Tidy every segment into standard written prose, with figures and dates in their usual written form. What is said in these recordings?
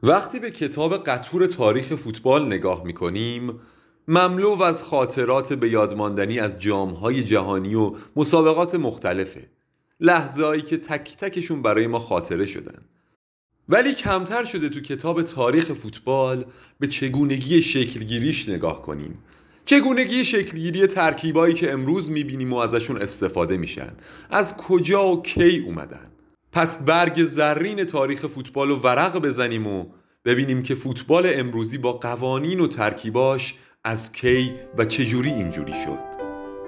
وقتی به کتاب قطور تاریخ فوتبال نگاه می‌کنیم، مملو از خاطرات به یادماندنی از جام‌های جهانی و مسابقات مختلفه. لحظه‌ای که تک تکشون برای ما خاطره شدن. ولی کمتر شده تو کتاب تاریخ فوتبال به چگونگی شکلگیریش نگاه کنیم. چگونگی شکلگیری ترکیبایی که امروز می‌بینیم و ازشون استفاده میشن. از کجا و کی اومدن؟ پس برگ زرین تاریخ فوتبال رو ورق بزنیم و ببینیم که فوتبال امروزی با قوانین و ترکیباش از کی و چجوری اینجوری شد.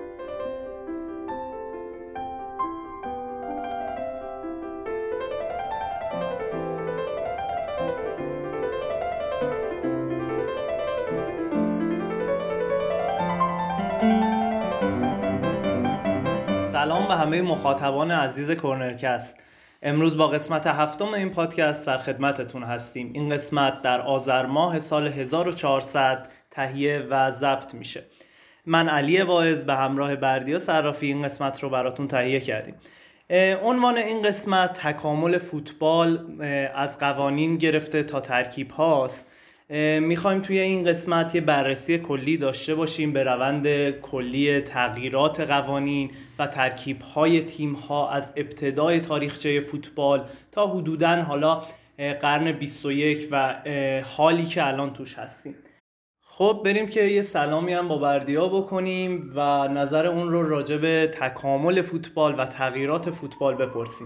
سلام به همه مخاطبان عزیز کورنرکست. امروز با قسمت هفتم این پادکست در خدمتتون هستیم. این قسمت در آذر ماه سال 1400 تهیه و ضبط میشه. من علی واعظ به همراه بردیا صرافی این قسمت رو براتون تهیه کردیم. عنوان این قسمت تکامل فوتبال از قوانین گرفته تا ترکیب هاست. میخوایم توی این قسمت یه بررسی کلی داشته باشیم به روند کلی تغییرات قوانین و ترکیب‌های تیم‌ها از ابتدای تاریخچه فوتبال تا حدوداً حالا قرن 21 و حالی که الان توش هستیم. خب بریم که یه سلامی هم با بردیا بکنیم و نظر اون رو راجع به تکامل فوتبال و تغییرات فوتبال بپرسیم.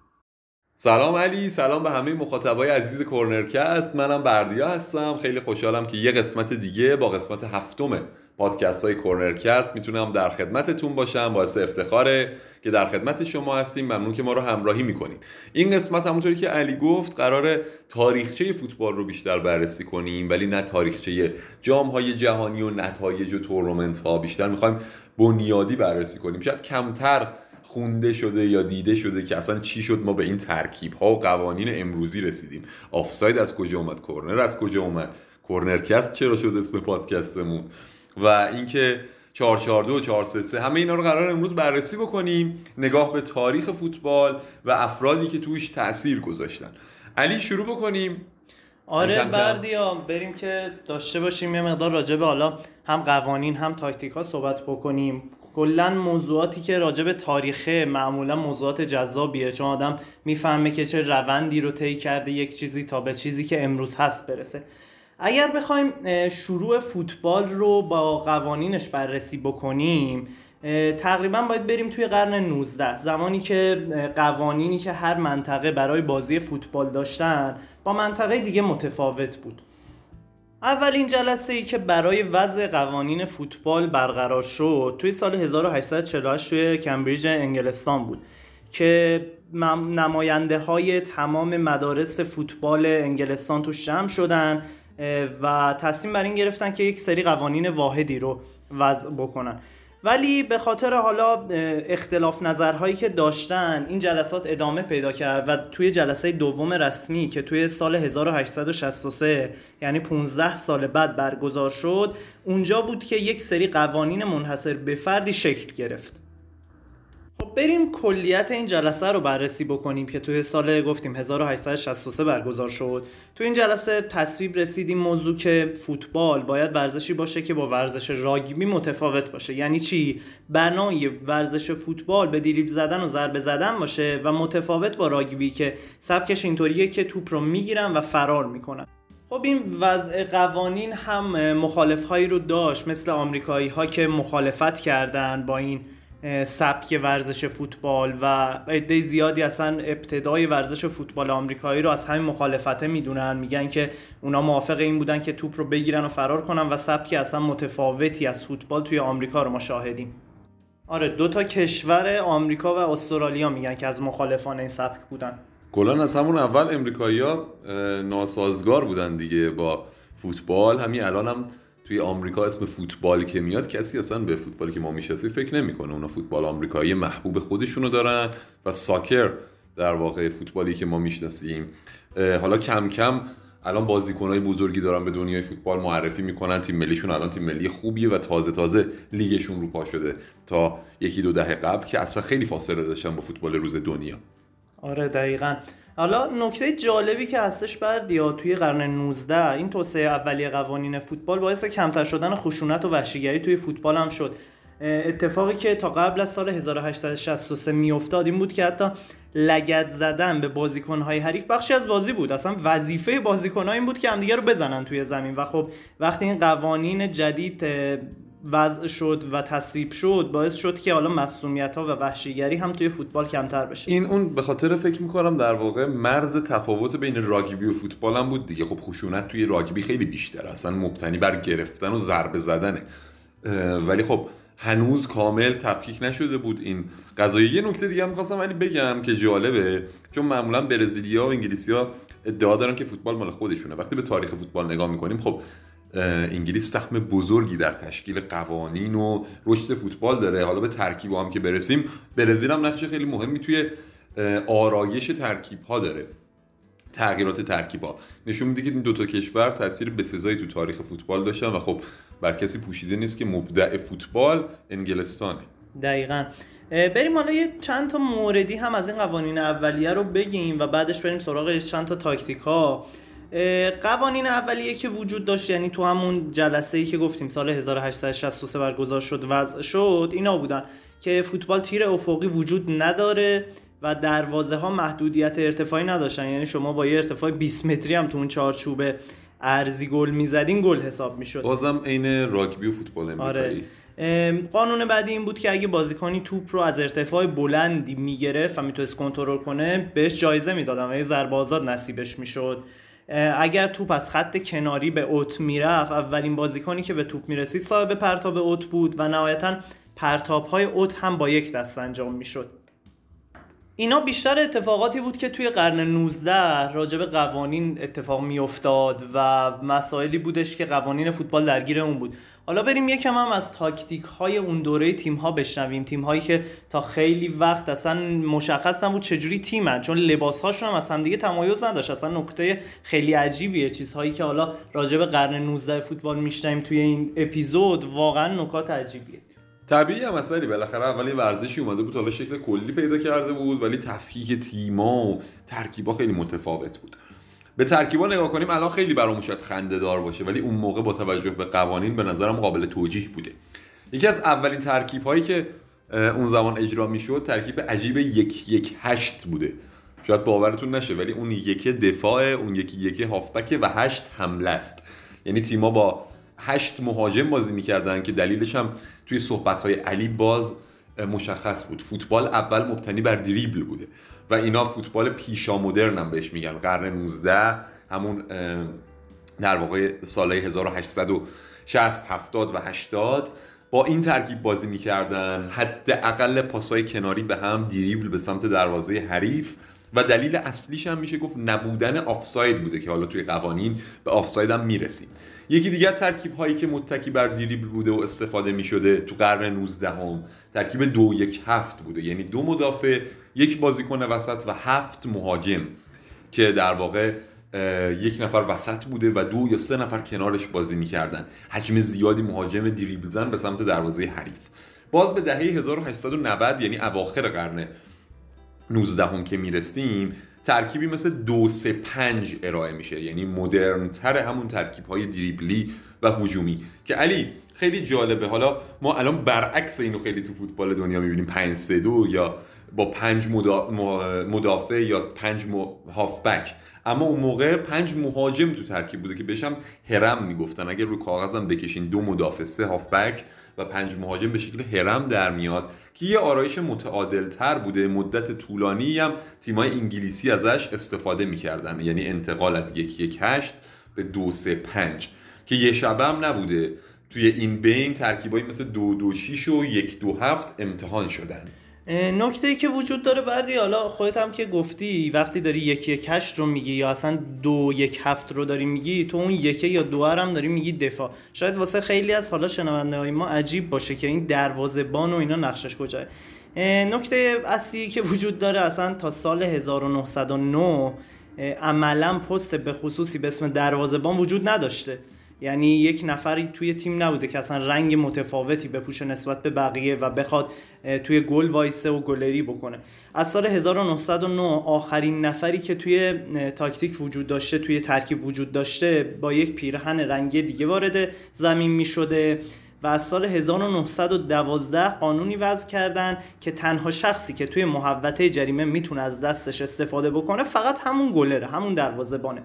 سلام علی، سلام به همه مخاطبای عزیز کورنرکست. منم بردیا هستم. خیلی خوشحالم که یه قسمت دیگه با قسمت هفتم پادکست های کورنرکست میتونم در خدمتتون باشم. باعث افتخاره که در خدمت شما هستیم. ممنون که ما رو همراهی میکنین. این قسمت همونطوری که علی گفت قراره تاریخچه فوتبال رو بیشتر بررسی کنیم، ولی نه تاریخچه جام‌های جهانی و نتایج و تورنمنت ها. بیشتر میخوایم بنیادی بررسی کنیم. شاید کمتر خونده شده یا دیده شده که اصلا چی شد ما به این ترکیب ها و قوانین امروزی رسیدیم. آفساید از کجا اومد، کورنر از کجا اومد، کورنرکست چرا شد اسم پادکستمون، و اینکه 442 و 433 همه اینا رو قرار امروز بررسی بکنیم. نگاه به تاریخ فوتبال و افرادی که توش تأثیر گذاشتن. علی شروع بکنیم. آره بردیا، بریم که داشته باشیم یه مقدار راجع به حالا هم قوانین هم تاکتیک ها صحبت بکنیم. کلا موضوعاتی که راجع به تاریخه معمولا موضوعات جذابیه، چون آدم میفهمه که چه روندی رو طی کرده یک چیزی تا به چیزی که امروز هست برسه. اگر بخوایم شروع فوتبال رو با قوانینش بررسی بکنیم، تقریبا باید بریم توی قرن 19، زمانی که قوانینی که هر منطقه برای بازی فوتبال داشتن با منطقه دیگه متفاوت بود. اولین جلسه‌ای که برای وضع قوانین فوتبال برقرار شد توی سال 1848 توی کمبریج انگلستان بود که نماینده های تمام مدارس فوتبال انگلستان توش جمع شدن و تصمیم بر این گرفتن که یک سری قوانین واحدی رو وضع بکنن. ولی به خاطر حالا اختلاف نظرهایی که داشتن این جلسات ادامه پیدا کرد و توی جلسه دوم رسمی که توی سال 1863 یعنی 15 سال بعد برگزار شد، اونجا بود که یک سری قوانین منحصر به فردی شکل گرفت. خب بریم کلیت این جلسه رو بررسی بکنیم که توی سال گفتیم 1863 برگزار شد. توی این جلسه تصویب رسیدیم موضوع که فوتبال باید ورزشی باشه که با ورزش راگبی متفاوت باشه. یعنی چی؟ بنای ورزش فوتبال به دریبل زدن و ضربه زدن باشه و متفاوت با راگبی که سبکش اینطوریه که توپ رو میگیرن و فرار میکنن. خب این وضع قوانین هم مخالفهایی رو داشت، مثل آمریکایی ها که مخالفت کردن با این سبک ورزش فوتبال و عده زیادی اصلا ابتدای ورزش فوتبال آمریکایی رو از همین مخالفته میدونن. میگن که اونا موافق این بودن که توپ رو بگیرن و فرار کنن و سبکی اصلا متفاوتی از فوتبال توی آمریکا رو ما شاهدیم. آره، 2 کشور آمریکا و استرالیا میگن که از مخالفان این سبک بودن. کلاً از همون اول امریکایی‌ها ناسازگار بودن دیگه با فوتبال. همین الان هم توی آمریکا اسم فوتبال که میاد کسی اصلا به فوتبالی که ما میشناسیم فکر نمیکنه. اونا فوتبال آمریکایی محبوب خودشونو دارن و ساکر در واقع فوتبالی که ما میشناسیم. حالا کم کم الان بازیکنای بزرگی دارن به دنیای فوتبال معرفی میکنن. تیم ملیشون الان تیم ملی خوبیه و تازه لیگشون رو پا شده تا 1-2 دهه قبل که اصلا خیلی فاصله داشتن با فوتبال روز دنیا. آره دقیقاً. حالا نکته جالبی که هستش بردیا توی قرن 19 این توسعه اولیه قوانین فوتبال باعث کمتر شدن خشونت و وحشیگری توی فوتبال هم شد. اتفاقی که تا قبل از سال 1863 میافتاد این بود که حتی لگد زدن به بازیکن‌های حریف بخشی از بازی بود. اصلا وظیفه بازیکن‌ها این بود که همدیگه رو بزنن توی زمین و خب وقتی این قوانین جدید وضع شد و تصویب شد باعث شد که حالا معصومیت‌ها و وحشیگری هم توی فوتبال کمتر بشه. این اون به خاطر فکر می‌کنم در واقع مرز تفاوت بین راگبی و فوتبال هم بود دیگه. خب خشونت توی راگبی خیلی بیشتره، اصلا مبتنی بر گرفتن و ضربه زدنه، ولی خب هنوز کامل تفکیک نشده بود این قضیه. یه نکته دیگه هم می‌خواستم ولی بگم که جالبه، چون معمولا برزیلیا و انگلیسی‌ها ادعا دارن که فوتبال مال خودشونه. وقتی به تاریخ فوتبال نگاه می‌کنیم خب انگلیس سهم بزرگی در تشکیل قوانین و رشد فوتبال داره. حالا به ترکیب هم که برسیم، برزیل هم نقش خیلی مهمی توی آرایش ترکیب‌ها داره. تغییرات ترکیب‌ها نشون میده که این دو تا کشور تاثیر بسزایی تو تاریخ فوتبال داشتن و خب بر کسی پوشیده نیست که مبدع فوتبال انگلستانه. دقیقاً. بریم حالا یه چند تا موردی هم از این قوانین اولیه رو بگیم و بعدش بریم سراغ چند تا تاکتیک‌ها. قوانین اولیه که وجود داشت، یعنی تو همون جلسه‌ای که گفتیم سال 1863 برگزار شد وضع شد، اینا بودن که فوتبال تیر افقی وجود نداره و دروازه ها محدودیت ارتفاعی نداشتن، یعنی شما با یه ارتفاع 20 متری هم تو اون چارچوب ارضی گل میزدین گل حساب میشد. بازم عین راگبی و فوتبال امریکایی. قانون بعدی این بود که اگه بازیکنی توپ رو از ارتفاع بلندی میگرفت و میتونست کنترل کنه بهش جایزه میدادن و یه ضربه آزاد نصیبش میشد. اگر توپ از خط کناری به اوت میرفت، اولین بازیکنی که به توپ میرسید صاحب پرتاب اوت بود و نهایتاً پرتاب‌های اوت هم با یک دست انجام میشد. اینا بیشتر اتفاقاتی بود که توی قرن 19 راجع به قوانین اتفاق میافتاد و مسائلی بودش که قوانین فوتبال درگیر اون بود. حالا بریم یکم هم از تاکتیک های اون دوره تیم ها بشنویم. تیم هایی که تا خیلی وقت اصلا مشخص نبود چجوری تیمن، چون لباس هاشون هم از هم دیگه تمایز نداشت. اصلا نکته خیلی عجیبیه، چیزهایی که حالا راجع به قرن 19 فوتبال میشنویم توی این اپیزود واقعا نکات عجیبیه. طبیعی هم اصلی بالاخره اولی ورزشی اومده بود، حالا شکل کلی پیدا کرده بود، ولی تفکیک تیما و ترکیبا خیلی متفاوت بود. به ترکیبا نگاه کنیم الان خیلی برامون شاید خنده‌دار باشه، ولی اون موقع با توجه به قوانین به نظرم قابل توجیه بوده. یکی از اولین ترکیب‌هایی که اون زمان اجرا می‌شد ترکیب عجیب 1-1-8 بوده. شاید باورتون نشه ولی اون یک دفاع، اون یک هافبک و 8 حمله است. یعنی تیم‌ها با 8 مهاجم بازی می‌کردن که دلیلش هم توی صحبت‌های علی باز مشخص بود. فوتبال اول مبتنی بر دریبل بوده و اینا فوتبال پیشا مدرن هم بهش میگن. قرن 19 همون در واقع سالهای 1860 70 و 80 با این ترکیب بازی میکردن. حداقل پاسای کناری به هم، دریبل به سمت دروازه حریف و دلیل اصلیش هم میشه گفت نبودن آفساید بوده که حالا توی قوانین به آفساید هم میرسیم. یکی دیگه ترکیب هایی که متکی بر دریبل بوده و استفاده میشده تو قرن 19 هم ترکیب 2-1-7 بوده، یعنی 2 مدافع، 1 بازیکن وسط و 7 مهاجم که در واقع 1 نفر وسط بوده و 2 یا 3 نفر کنارش بازی میکردن. حجم زیادی مهاجم دریبل زن به سمت دروازه حریف. باز به دهه 1890 یعنی اواخر قرن 19 هم که میرسیم ترکیبی مثل 2-3-5 ارائه میشه، یعنی مدرن تر همون ترکیب های دریبلی و هجومی که علی خیلی جالبه. حالا ما الان برعکس اینو خیلی تو فوتبال دنیا میبینیم 5-3-2 یا با 5 مدافع یا 5 هافبک، اما اون موقع 5 مهاجم تو ترکیب بوده که بهش هم هرم میگفتن. اگر رو کاغذم بکشین 2 مدافع 3 هافبک و 5 مهاجم به شکل هرم در میاد که یه آرایش متعادل تر بوده. مدت طولانی هم تیمای انگلیسی ازش استفاده میکردن، یعنی انتقال از 1-1-8 به 2-3-5 که یه شبه هم نبوده. توی این بین ترکیبایی مثل 2-2-6 و 1-2-7 امتحان شدن. نکته‌ای که وجود داره بعدی، حالا خودت هم که گفتی وقتی داری 1-1-8 رو میگی یا اصلا 2-1-7 رو داری میگی، تو اون 1 یا 2 هم داری میگی دفاع. شاید واسه خیلی از حالا شنونده‌های ما عجیب باشه که این دروازه‌بان و اینا نقشش کجاست. نکته اصلی که وجود داره اصلا تا سال 1909 عملاً پست به خصوصی به اسم دروازه‌بان وجود نداشته. یعنی یک نفری توی تیم نبوده که اصلا رنگ متفاوتی بپوشه نسبت به بقیه و بخواد توی گل وایسه و گلری بکنه. از سال 1909 آخرین نفری که توی تاکتیک وجود داشته، توی ترکیب وجود داشته، با یک پیرهن رنگی دیگه وارد زمین می شده و از سال 1912 قانونی وضع کردن که تنها شخصی که توی محوطه جریمه میتونه از دستش استفاده بکنه فقط همون گلره، همون دروازه‌بانه.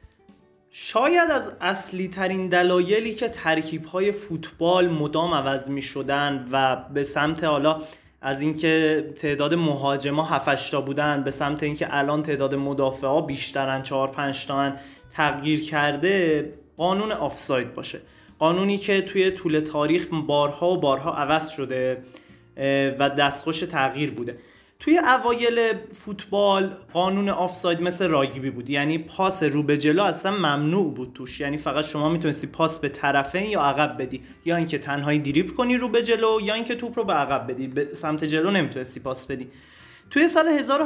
شاید از اصلی ترین دلایلی که ترکیب‌های فوتبال مدام عوض می‌شدن و به سمت حالا از اینکه تعداد مهاجما 7-8 تا بودن به سمت اینکه الان تعداد مدافعا بیشترن، 4-5 تا تغییر کرده، قانون آفساید باشه. قانونی که توی طول تاریخ بارها و بارها عوض شده و دستخوش تغییر بوده. توی اوایل فوتبال قانون آفساید مثل راگبی بود، یعنی پاس رو به جلو اصلا ممنوع بود توش، یعنی فقط شما میتونستی پاس به طرفین یا عقب بدی، یا اینکه تنهایی دریبل کنی رو به جلو یا اینکه توپ رو به عقب بدی، به سمت جلو نمیتونستی پاس بدی. توی سال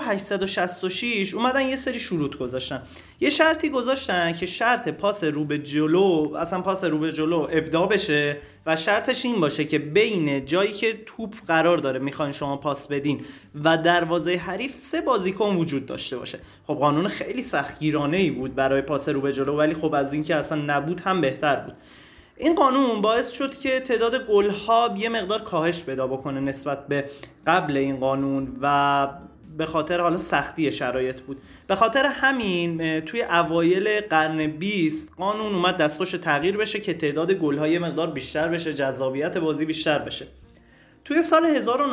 1866 اومدن یه سری شروط گذاشتن، یه شرطی گذاشتن که شرط پاس رو به جلو، اصلا پاس رو به جلو ابداع بشه و شرطش این باشه که بین جایی که توپ قرار داره میخواین شما پاس بدین و دروازه حریف 3 بازیکن وجود داشته باشه. خب قانون خیلی سختگیرانه‌ای بود برای پاس رو به جلو، ولی خب از اینکه اصلا نبود هم بهتر بود. این قانون باعث شد که تعداد گل‌ها یه مقدار کاهش پیدا بکنه نسبت به قبل این قانون و به خاطر حالا سختی شرایط بود. به خاطر همین توی اوایل قرن 20 قانون اومد دستخوش تغییر بشه که تعداد گل‌ها یه مقدار بیشتر بشه، جذابیت بازی بیشتر بشه. توی سال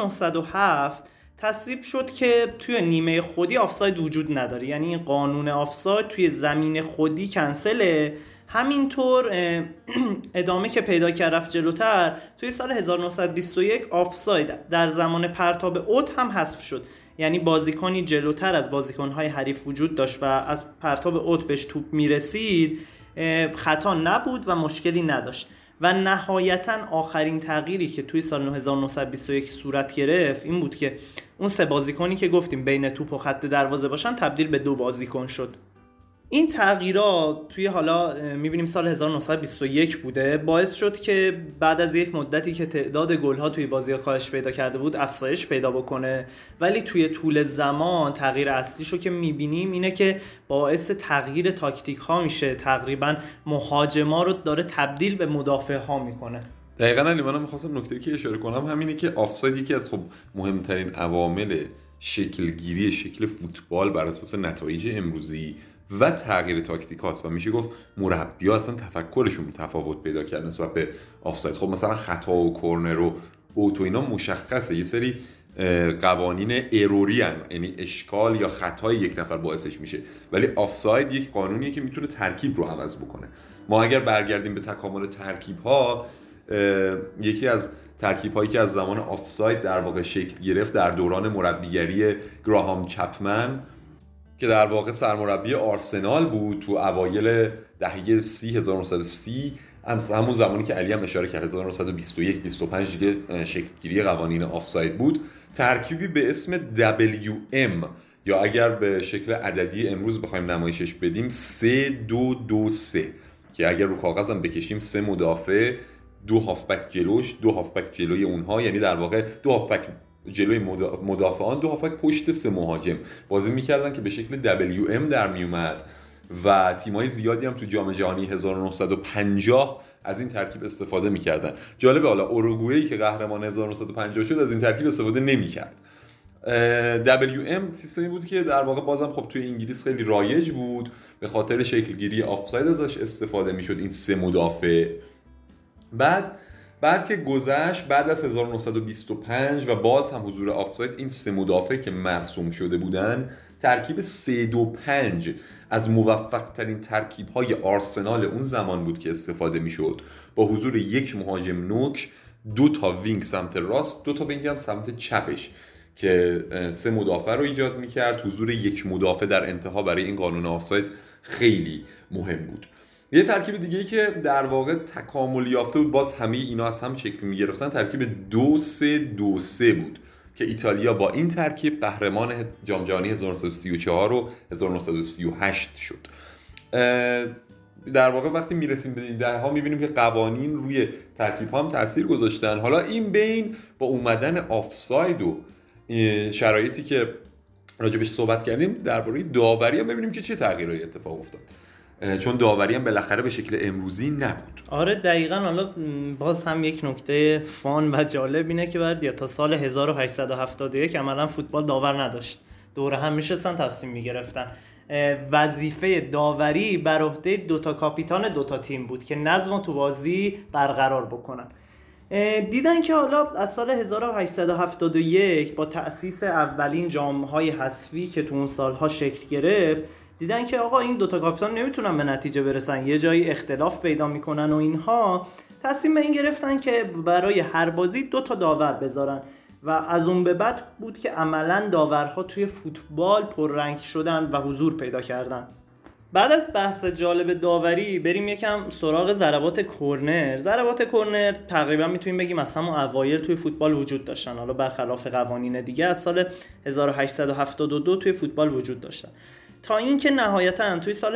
1907 تصویب شد که توی نیمه خودی آفساید وجود نداره، یعنی این قانون آفساید توی زمین خودی کنسله. همینطور ادامه که پیدا کرد رفت جلوتر، توی سال 1921 آفساید در زمان پرتاب اوت هم حذف شد، یعنی بازیکنی جلوتر از بازیکن‌های حریف وجود داشت و از پرتاب اوت بهش توپ میرسید خطا نبود و مشکلی نداشت. و نهایتاً آخرین تغییری که توی سال 1921 صورت گرفت این بود که اون 3 بازیکنی که گفتیم بین توپ و خط دروازه باشن تبدیل به 2 بازیکن شد. این تغییرات توی حالا میبینیم سال 1921 بوده، باعث شد که بعد از یک مدتی که تعداد گل‌ها توی بازی‌ها کاهش پیدا کرده بود افزایش پیدا بکنه، ولی توی طول زمان تغییر اصلیشو که میبینیم اینه که باعث تغییر تاکتیک‌ها میشه، تقریبا مهاجما رو داره تبدیل به مدافع‌ها میکنه. دقیقاً علی، منم می‌خواستم نکته‌ای که اشاره کنم همینه که آفساید یکی از مهمترین عوامل شکلگیری شکل فوتبال بر اساس نتایج امروزی و تغییر تاکتیک هاست و میشه گفت مربی‌ها اصلا تفکرشون تفاوت پیدا کرد نسبت به آفساید. خب مثلا خطا و کورنر و اوت و اینا مشخصه یه سری قوانین اروری ان، یعنی اشکال یا خطای یک نفر باعثش میشه، ولی آفساید یک قانونیه که میتونه ترکیب رو عوض بکنه. ما اگر برگردیم به تکامل ترکیب ها، یکی از ترکیب هایی که از زمان آفساید در واقع شکل گرفت در دوران مربیگری گراهام چپمن که در واقع سرمربی آرسنال بود تو اوایل دهه 1930 همون زمانی که علی هم اشاره کرد 1921-25 دیگه شکلگیری قوانین آفساید بود، ترکیبی به اسم WM یا اگر به شکل عددی امروز بخوایم نمایشش بدیم 3-2-2-3 که اگر رو کاغذ هم بکشیم 3 مدافع، 2 هافبک جلوش، 2 هافبک جلوی اونها، یعنی در واقع 2 هافبک جلوی مدافعان، 2 هافبک پشت 3 مهاجم بازی میکردن که به شکل WM در میومد و تیمای زیادی هم تو جام جهانی 1950 از این ترکیب استفاده میکردن. جالبه حالا اوروگوئه که قهرمان 1950 شد از این ترکیب استفاده نمیکرد. WM سیستمی بود که در واقع بازم خب توی انگلیس خیلی رایج بود، به خاطر شکلگیری آفساید ازش استفاده میشد، این 3 مدافع. بعد که گذشت، بعد از 1925 و باز هم حضور آفساید، این 3 مدافع که مرسوم شده بودن، ترکیب 3-2-5 از موفق ترین ترکیب های آرسنال اون زمان بود که استفاده میشد، با حضور 1 مهاجم نوک، 2 تا وینگ سمت راست، 2 تا وینگ هم سمت چپش که 3 مدافع رو ایجاد میکرد. حضور 1 مدافع در انتها برای این قانون آفساید خیلی مهم بود. یه ترکیب دیگه‌ای که در واقع تکامل یافته بود، باز همه اینا از هم شکل می‌گرفتن، ترکیب 2-3-2-3 بود که ایتالیا با این ترکیب قهرمان جام جهانی 1934 و 1938 شد. در واقع وقتی میرسیم به این دهه‌ها میبینیم که قوانین روی ترکیب هم تاثیر گذاشتن. حالا این بین با اومدن آفساید و شرایطی که راجبش صحبت کردیم درباره داوری هم ببینیم که چه تغییراتی اتفاق افتاد، چون داوری هم بالاخره به شکل امروزی نبود. آره دقیقاً. حالا باز هم یک نکته فان و جالب اینه که بردیا تا سال 1871 عملاً فوتبال داور نداشت، دوره هم میشستن تصمیم میگرفتن. وظیفه داوری بر عهده دوتا کاپیتان دوتا تیم بود که نظم تو بازی برقرار بکنن. دیدن که حالا از سال 1871 با تأسیس اولین جام‌های حذفی که تو اون سالها شکل گرفت، دیدن که آقا این دوتا کاپیتان نمیتونن به نتیجه برسن، یه جایی اختلاف پیدا میکنن و اینها، تصمیم به این گرفتن که برای هر بازی دوتا داور بذارن و از اون به بعد بود که عملاً داورها توی فوتبال پررنگ شدن و حضور پیدا کردن. بعد از بحث جالب داوری بریم یکم سراغ ضربات کرنر. ضربات کرنر تقریبا میتونیم بگیم از همون اوایل توی فوتبال وجود داشتن، حالا برخلاف قوانین دیگه از سال 1872 توی فوتبال وجود داشتن، تا اینکه نهایتاً توی سال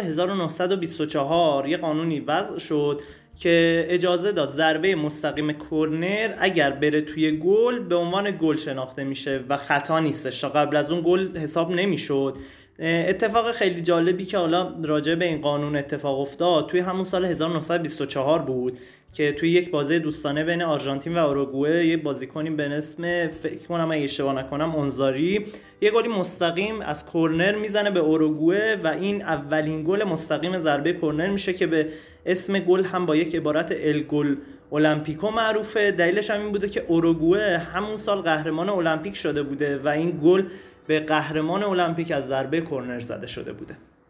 1924 یه قانونی وضع شد که اجازه داد ضربه مستقیم کرنر اگر بره توی گل به عنوان گل شناخته میشه و خطا نیستش، تا قبل از اون گل حساب نمیشد. اتفاق خیلی جالبی که حالا راجع به این قانون اتفاق افتاد توی همون سال 1924 بود که توی یک بازی دوستانه بین آرژانتین و اوروگوئه یه بازیکنی به اسم، فکر کنم اگه اشتباه نکنم، اونزاری، یه گلی مستقیم از کرنر میزنه به اوروگوئه و این اولین گل مستقیم ضربه کرنر میشه که به اسم گل هم با یک عبارت ال گل المپیکو معروفه. دلیلش هم این بوده که اوروگوئه همون سال قهرمان المپیک شده بوده و این گل به قهرمان المپیک از ضربه کرنر زده شده بوده.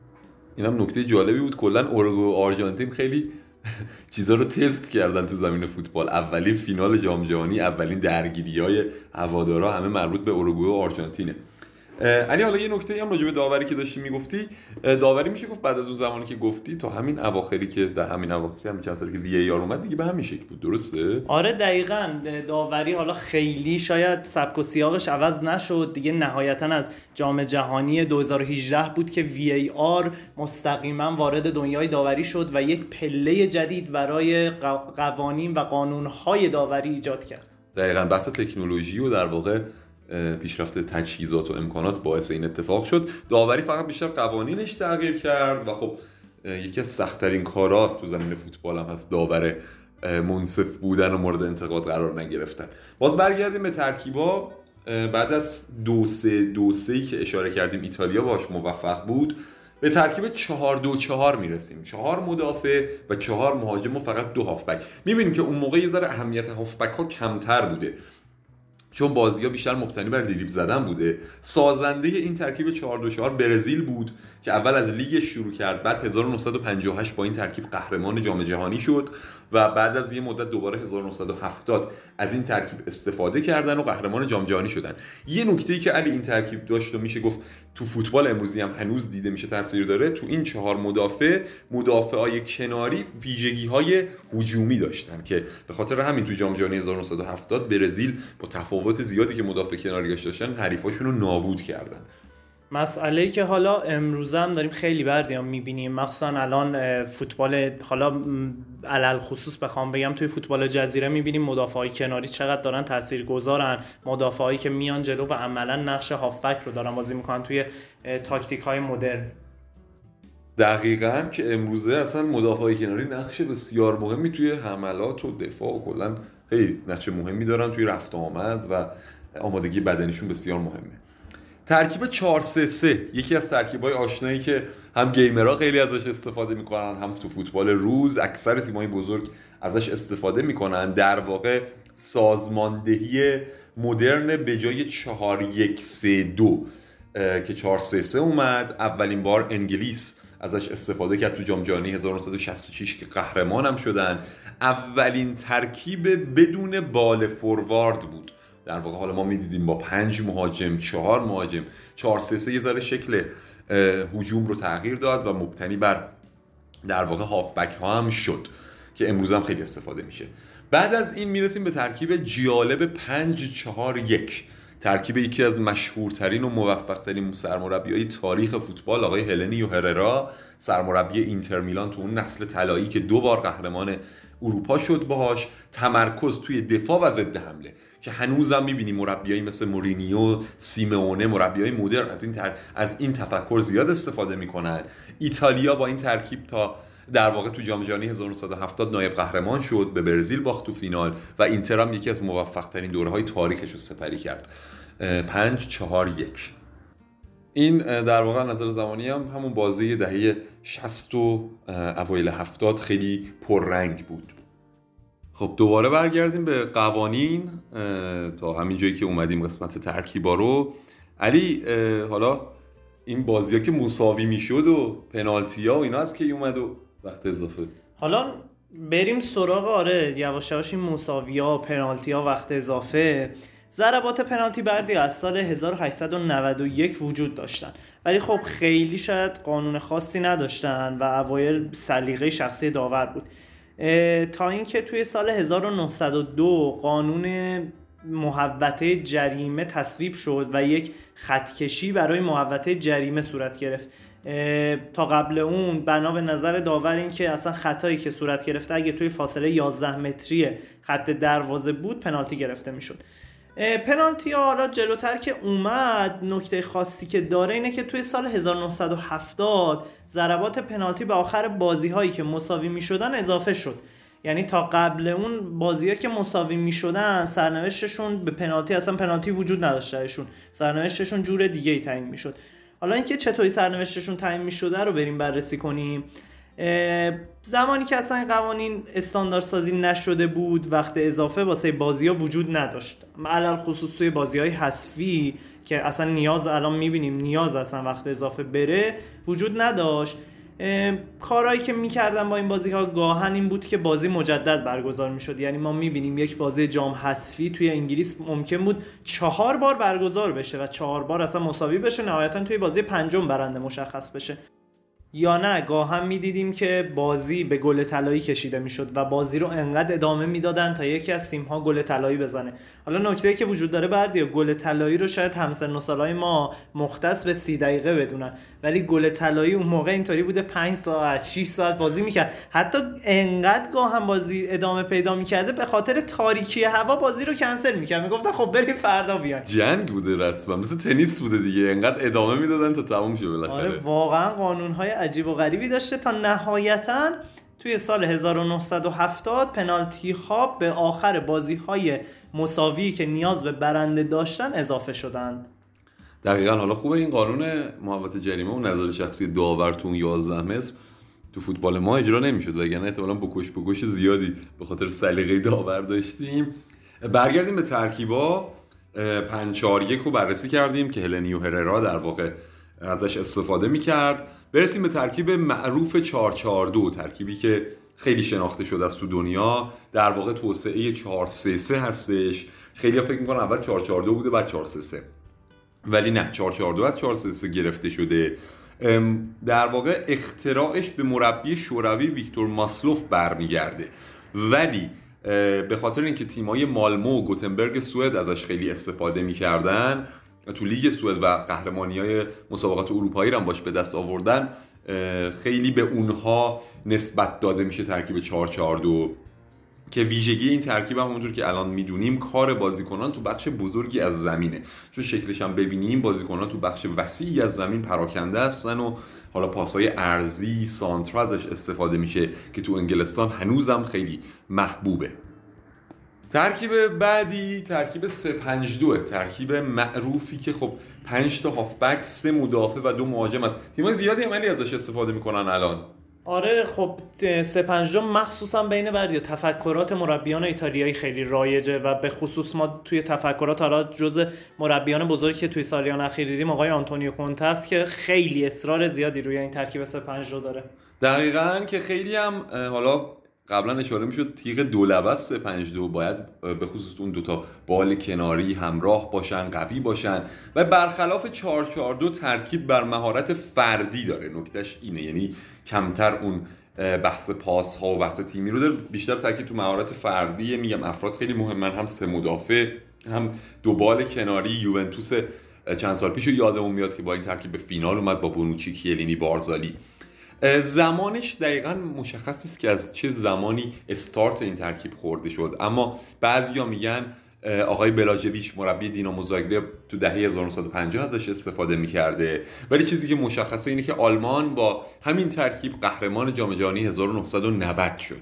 اینم نکته جالبی بود. کلا اوروگوئه و آرژانتین خیلی چیزا رو تست کردن تو زمین فوتبال. اولین فینال جام جهانی، اولین درگیری‌های هوادارا همه مربوط به اوروگوئه و آرژانتینه. علی حالا یه نکته هم راجع به داوری که داشتی میگفتی، داوری میشه گفت بعد از اون زمانی که گفتی تا همین اواخری که در همین اواخر هم چند سالی که وی ای آر اومد دیگه به همین شکل بود، درسته؟ آره دقیقاً. داوری حالا خیلی شاید سبک و سیاقش عوض نشد دیگه، نهایتاً از جام جهانی 2018 بود که وی ای آر مستقیما وارد دنیای داوری شد و یک پله جدید برای قوانین و قانون‌های داوری ایجاد کرد. دقیقاً بحث تکنولوژی و در واقع پیشرفت تجهیزات و امکانات باعث این اتفاق شد. داوری فقط بیشتر قوانینش تغییر کرد و خب یکی از سخت‌ترین کارا تو زمین فوتبال هم هست داور منصف بودن و مورد انتقاد قرار نگرفتن. باز برگردیم به ترکیبا. بعد از 2-3-2-3 که اشاره کردیم ایتالیا باش موفق بود، به ترکیب 4-2-4 میرسیم. 4 مدافع و 4 مهاجم و فقط 2 هافبک. میبینیم که اون موقع یه ذره اهمیت هافبک ها کمتر بوده چون بازی‌ها بیشتر مبتنی بر دریبل زدن بوده. سازنده این ترکیب 4-2-4 برزیل بود که اول از لیگ شروع کرد، بعد 1958 با این ترکیب قهرمان جام جهانی شد و بعد از یه مدت دوباره 1970 از این ترکیب استفاده کردن و قهرمان جام جهانی شدن. یه نکته‌ای که علی این ترکیب داشت و میشه گفت تو فوتبال امروزی هم هنوز دیده میشه تاثیر داره، تو این 4 مدافعای کناری ویژگی‌های هجومی داشتن که به خاطر همین تو جام جهانی 1970 برزیل با تفاوت زیادی که مدافع کناریاش داشتن حریفاشون رو نابود کردن. مسئله‌ای که حالا امروزه هم داریم خیلی بردیام می‌بینیم، مخصوصا الان فوتبال، حالا علل خصوص بخوام بگم توی فوتبال جزیره می‌بینیم مدافعای کناری چقدر دارن تاثیرگذارن، مدافعایی که میان جلو و عملاً نقش هافبک رو دارن بازی می‌کنن توی تاکتیک‌های مدرن. دقیقاً که امروزه اصلا مدافعای کناری نقش بسیار مهمی توی حملات و دفاع و کلاً خیلی نقش مهمی دارن توی رفت و آمد و آمادگی بدنیشون بسیار مهمه. ترکیب 4-3-3 یکی از ترکیب‌های آشنایی که هم گیمرها خیلی ازش استفاده میکنن، هم تو فوتبال روز اکثر تیم‌های بزرگ ازش استفاده میکنن. در واقع سازماندهی مدرن به جای 4-1-3-2 که 4-3-3 اومد. اولین بار انگلیس ازش استفاده کرد تو جام جهانی 1966 که قهرمان هم شدن. اولین ترکیب بدون بال فوروارد بود. در واقع حالا ما میدیدیم با 5 مهاجم 4 مهاجم 4-3-3 یه ذره شکل هجوم رو تغییر داد و مبتنی بر در واقع هافبک ها هم شد که امروز هم خیلی استفاده میشه. بعد از این میرسیم به ترکیب جالب 5-4-1 ترکیب یکی از مشهورترین و موفق‌ترین سرمربیای تاریخ فوتبال آقای هلنیو هررا، سرمربی اینتر میلان تو اون نسل طلایی که 2 بار قهرمان اروپا شد باهاش، تمرکز توی دفاع و ضد حمله که هنوزم می‌بینی مربیایی مثل مورینیو، سیمئونه، مربیای مدرن از این تفکر زیاد استفاده میکنن. ایتالیا با این ترکیب تا در واقع تو جام جهانی 1970 نایب قهرمان شد، به برزیل باخت تو فینال و اینتر هم یکی از موفق‌ترین دوره‌های تاریخش رو سپری کرد. 5-4-1. این در واقع نظر زمانی هم همون بازی دهه 60 و اوایل 70 خیلی پررنگ بود. خب دوباره برگردیم به قوانین تا همین جایی که اومدیم قسمت ترکیبا رو. علی، حالا این بازی‌ها که مساوی میشد و پنالتی‌ها و اینا از کی اومد و وقت اضافه؟ حالا بریم سراغ یواش یواش این مساوی‌ها، پنالتی‌ها، وقت اضافه. ضربات پنالتی بردی از سال 1891 وجود داشتن، ولی خب خیلی شاید قانون خاصی نداشتن و اوایل سلیقه شخصی داور بود، تا اینکه توی سال 1902 قانون محوطه جریمه تصویب شد و یک خطکشی برای محوطه جریمه صورت گرفت. تا قبل اون بنا به نظر داور این که اصلا خطایی که صورت گرفته اگه توی فاصله 11 متری خط دروازه بود پنالتی گرفته میشد. پنالتی ها حالا جلوتر که اومد، نکته خاصی که داره اینه که توی سال 1970 ضربات پنالتی به آخر بازی هایی که مساوی می شدن اضافه شد. یعنی تا قبل اون بازی ها که مساوی می شدن سرنوشتشون به پنالتی، اصلا پنالتی وجود نداشتهشون، سرنوشتشون جور دیگه ای تعیین می شد. حالا اینکه چطوری سرنوشتشون تعیین می شده رو بریم بررسی کنیم. زمانی که اصلا این قوانین استانداردسازی نشده بود، وقت اضافه واسه بازی‌ها وجود نداشت، علل خصوص توی بازی‌های حذفی که اصلا الان می‌بینیم نیاز اصلا وقت اضافه بره وجود نداشت. کارهایی که می‌کردن با این بازی‌ها گاهن این بود که بازی مجدد برگزار می‌شد. یعنی ما می‌بینیم یک بازی جام حذفی توی انگلیس ممکن بود 4 بار برگزار بشه و 4 بار اصلا مساوی بشه، نهایتاً توی بازی پنجم برنده مشخص بشه. یا نه گاهم میدیدیم که بازی به گل طلایی کشیده میشد و بازی رو انقدر ادامه میدادن تا یکی از تیم‌ها گل طلایی بزنه. حالا نکته‌ای که وجود داره بردی، گل طلایی رو شاید همسن و سالای ما مختص به 30 دقیقه بدونن، ولی گل طلایی اون موقع اینطوری بوده 5 ساعت 6 ساعت بازی میکرد. حتی انقدر گاهم بازی ادامه پیدا میکرده به خاطر تاریکی هوا بازی رو کنسل میکرد، میگفتن خب بریم فردا بیاین. جنگ بوده رسما، مثل تنیس بوده دیگه، انقدر ادامه میدادن تا تموم شه بالاخره. آره واقعا قانون‌های عجیب و غریبی داشته تا نهایتاً توی سال 1970 پنالتی ها به آخر بازی های مساوی که نیاز به برنده داشتن اضافه شدند. دقیقاً. حالا خوبه این قانون محوطه جریمه و نظر شخصی داور تو 11 متر تو فوتبال ما اجرا نمیشد، وگرنه احتمالاً بکش زیادی به خاطر سلیقه داور داشتیم. برگردیم به ترکیبا. 5-4-1 رو بررسی کردیم که هلنیو هررا در واقع ازش استفاده میکرد. برسیم به ترکیب معروف 4-4-2، ترکیبی که خیلی شناخته شده است تو دنیا، در واقع توسعه 4-3-3 هستش. خیلی ها فکر میکنن اول 4-4-2 بوده بعد 4-3-3، ولی نه، 4-4-2 از 4-3-3 گرفته شده. در واقع اختراعش به مربی شوروی ویکتور ماسلوف برمیگرده، ولی به خاطر اینکه تیمای مالمو و گوتنبرگ سوئد ازش خیلی استفاده میکردن تو لیگ سوئد و قهرمانی‌های مسابقات اروپایی رو هم باش به دست آوردن، خیلی به اونها نسبت داده میشه ترکیب 4-4-2 که ویژگی این ترکیب هم همونطور که الان میدونیم کار بازیکنان تو بخش بزرگی از زمینه، چون شکلش هم ببینیم بازیکنان تو بخش وسیعی از زمین پراکنده هستن و حالا پاس‌های ارضی سانترا ازش استفاده میشه که تو انگلستان هنوزم خیلی محبوبه. ترکیب بعدی ترکیب 3-5-2، ترکیب معروفی که خب 5 تا هافبک، 3 مدافع و 2 مهاجم است. تیم‌های زیادی عملی ازش استفاده میکنن الان. آره خب 3-5-2 مخصوصا بین بردیا تفکرات مربیان ایتالیایی خیلی رایجه و به خصوص ما توی تفکرات حالا جز مربیان بزرگی که توی سالیان اخیر دیدیم آقای آنتونیو کونته است که خیلی اصرار زیادی روی این ترکیب 3-5-2 داره. دقیقاً، که خیلی هم حالا قبلا اشاره میشد تیغ دولبه 3-5-2 باید به خصوص اون دوتا بال کناری همراه باشن، قوی باشن و برخلاف 4-4-2 ترکیب بر مهارت فردی داره. نکتهش اینه، یعنی کمتر اون بحث پاس ها و بحث تیمی رو داره، بیشتر تاکید تو مهارت فردیه. میگم افراد خیلی مهمن، هم 3 مدافع هم دو بال کناری یوونتوس چند سال پیش یادمون میاد که با این ترکیب به فینال اومد با بونوچی، کیلینی، بارزالی. زمانش دقیقاً مشخص است که از چه زمانی استارت این ترکیب خورده شد، اما بعضیا میگن آقای بلاژویچ مربی دینامو زاگرب تو دهه 1950 ازش استفاده میکرده، ولی چیزی که مشخصه اینه که آلمان با همین ترکیب قهرمان جام جهانی 1990 شد.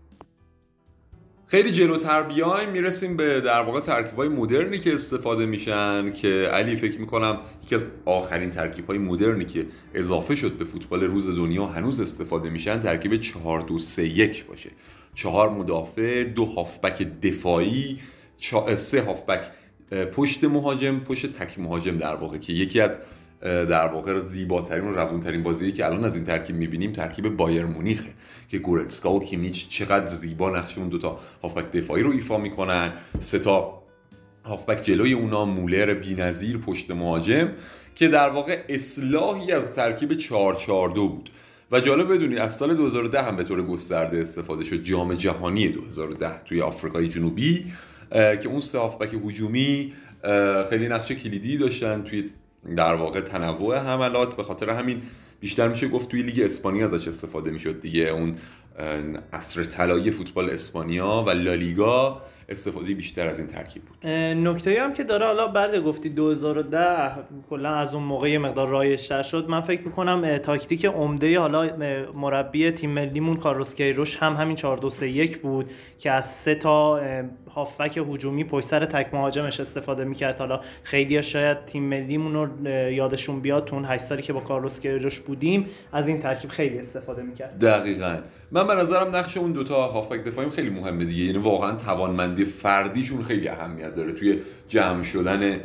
خیلی جلوتر بیایم میرسیم به در واقع ترکیب‌های مدرنی که استفاده میشن که علی فکر میکنم یکی از آخرین ترکیب‌های مدرنی که اضافه شد به فوتبال روز دنیا هنوز استفاده میشن ترکیب 4-2-3-1 باشه. 4 مدافع، 2 هافبک دفاعی، 3 هافبک پشت مهاجم، پشت تک مهاجم در واقع، که یکی از در واقع زیباترین و روونترین بازیایی که الان از این ترکیب میبینیم ترکیب بایر مونیخه که گورتسکا و کیمیچ چقدر زیبا نقش اون دوتا هافبک دفاعی رو ایفا میکنن. 3 تا هافبک جلوی اونا، مولر بی‌نظیر پشت مهاجم، که در واقع اصلاحی از ترکیب 4-4-2 بود. و جالب بدونید از سال 2010 هم به طور گسترده استفاده شد، جام جهانی 2010 توی آفریقای جنوبی، که اون 3 هافبک هجومی خیلی نقش کلیدی داشتن توی در واقع تنوع حملات. به خاطر همین بیشتر میشه گفت توی لیگ اسپانیا ازش استفاده میشد دیگه، اون عصر طلایی فوتبال اسپانیا و لالیگا استفاده بیشتر از این ترکیب بود. نکته‌ای هم که داره، حالا بعد گفتی 2010 کلا از اون موقع یه مقدار رایج‌تر شد، من فکر می‌کنم تاکتیک عمده حالا مربی تیم ملیمون کارلوس کیروش هم همین 4-2-3-1 بود که از 3 تا هافبک هجومی پشت سر تک مهاجمش استفاده می‌کرد. حالا خیلی‌ها شاید تیم ملیمون رو یادشون بیاد تو اون 8 سالی که با کارلوس کیروش بودیم از این ترکیب خیلی استفاده می‌کرد. دقیقاً. من به نظرم نقش اون دوتا هافبک دفاعی خیلی مهمه دیگه، یعنی واقعاً توانمندی فردیشون خیلی اهمیت داره توی جمع شدن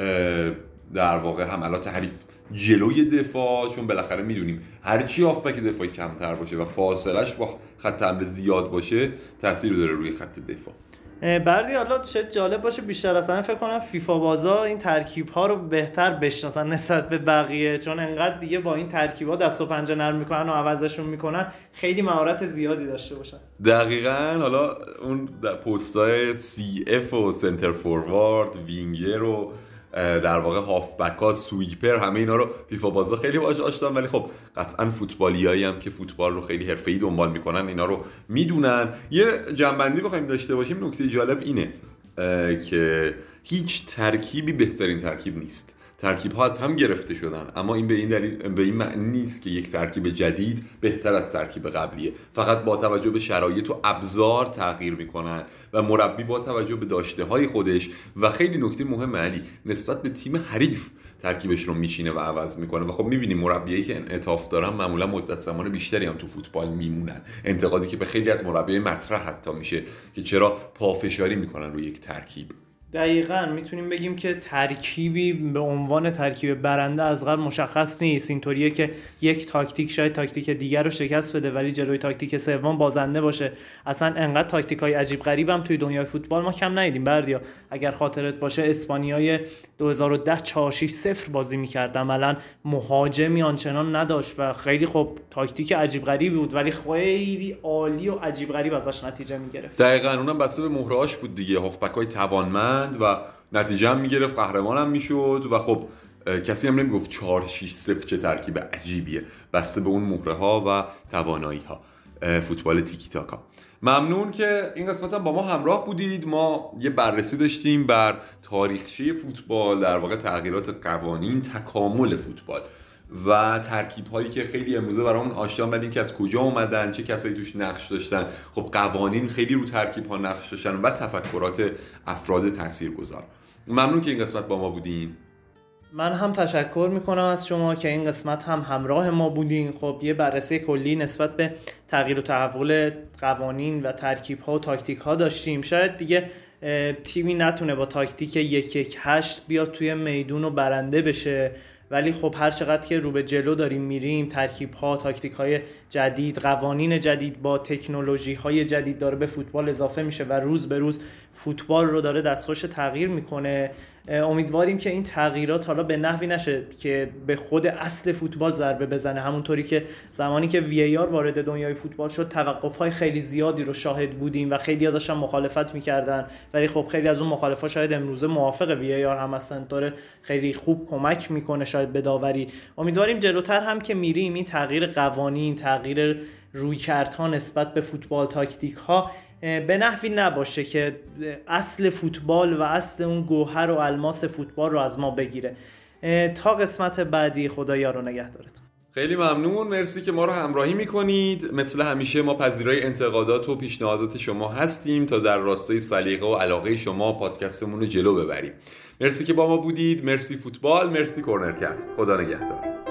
در واقع حملات حریف جلوی دفاع، چون بالاخره میدونیم هرچی هافبک دفاعی کمتر باشه و فاصلش با خط حمله زیاد باشه تاثیر داره روی خط دفاع. بردی حالا شاید جالب باشه بیشتر اصلا فکر کنم فیفا بازا این ترکیب ها رو بهتر بشناسن نسبت به بقیه، چون انقدر دیگه با این ترکیب ها دست و پنجه نرم میکنن و عوضشون میکنن، خیلی مهارت زیادی داشته باشن. دقیقاً. حالا اون پستای سی اف و سنتر فوروارد، وینگر و در واقع هافبک ها، سویپر، همه اینا رو فیفا بازا خیلی باهاش آشنان، ولی خب قطعاً فوتبالیایی هم که فوتبال رو خیلی حرفه‌ای دنبال میکنن اینا رو میدونن. یه جنبندی بخوایم داشته باشیم، نکته جالب اینه که هیچ ترکیبی بهترین ترکیب نیست. ترکیب ها از هم گرفته شدن، اما این به این معنی نیست که یک ترکیب جدید بهتر از ترکیب قبلیه. فقط با توجه به شرایط و ابزار تغییر میکنن و مربی با توجه به داشته های خودش و خیلی نکته مهم علی نسبت به تیم حریف ترکیبش رو میشینه و عوض میکنه. و خب میبینیم مربیایی که انعطاف دارن معمولا مدت زمان بیشتری هم تو فوتبال میمونن. انتقادی که به خیلی از مربیای مطرح حتی میشه که چرا پافشاری میکنن روی یک ترکیب. دقیقاً میتونیم بگیم که ترکیبی به عنوان ترکیب برنده از قبل مشخص نیست. اینطوریه که یک تاکتیک شاید تاکتیک دیگر رو شکست بده ولی جلوی تاکتیک سوم بازنده باشه. اصلا انقدر تاکتیکای عجیب غریب هم توی دنیای فوتبال ما کم ندیدیم. بردیا اگر خاطرت باشه اسپانیای 2010 4-6-0 بازی می‌کرد، عملاً مهاجمی آنچنان نداشت و خیلی خب تاکتیک عجیب غریبی بود ولی خیلی عالی و عجیب غریب ازش نتیجه می‌گرفت. دقیقاً اونم بسته به مهرهاش بود دیگه، هافبک‌های توانمند و نتیجه هم میگرفت، قهرمان هم میشد. و خب کسی هم نمیگفت 4-6-0 چه ترکیب عجیبیه، بسته به اون مهره ها و توانایی ها. فوتبال تیکی تاکا. ممنون که این قسمت هم با ما همراه بودید. ما یه بررسی داشتیم بر تاریخچه فوتبال، در واقع تغییرات قوانین، تکامل فوتبال و ترکیب هایی که خیلی امروزه برامون آشنا بدیم که از کجا اومدن، چه کسایی توش نقش داشتن. خب قوانین خیلی رو ترکیب ها نقش داشتن و تفکرات افراد تاثیرگذار. ممنون که این قسمت با ما بودین. من هم تشکر میکنم از شما که این قسمت هم همراه ما بودین. خب یه بررسی کلی نسبت به تغییر و تحول قوانین و ترکیب ها و تاکتیک ها داشتیم. شاید دیگه تیمی نتونه با تاکتیک 1-1-8 بیاد توی میدون و برنده بشه ولی خب هر چقدر که رو به جلو داریم میریم، ترکیب‌ها، تاکتیک‌های جدید، قوانین جدید با تکنولوژی‌های جدید داره به فوتبال اضافه میشه و روز به روز فوتبال رو داره دستخوش تغییر میکنه. امیدواریم که این تغییرات حالا به نحوی نشه که به خود اصل فوتبال ضربه بزنه، همونطوری که زمانی که VAR وارد دنیای فوتبال شد توقف‌های خیلی زیادی رو شاهد بودیم و خیلی‌ها داشتن مخالفت می‌کردن، ولی خب خیلی از اون مخالفا شاید امروزه موافق VAR هم هستن، داره خیلی خوب کمک میکنه شاید به داوری. امیدواریم جلوتر هم که میریم این تغییر قوانین، تغییر رویکردها نسبت به فوتبال، تاکتیک‌ها به نحوی نباشه که اصل فوتبال و اصل اون گوهر و الماس فوتبال رو از ما بگیره. تا قسمت بعدی، خدا یار و نگهدارتون. خیلی ممنون، مرسی که ما رو همراهی میکنید. مثل همیشه ما پذیرای انتقادات و پیشنهادات شما هستیم تا در راستای سلیقه و علاقه شما پادکستمون رو جلو ببریم. مرسی که با ما بودید، مرسی فوتبال، مرسی کورنرکست. خدا نگهدار.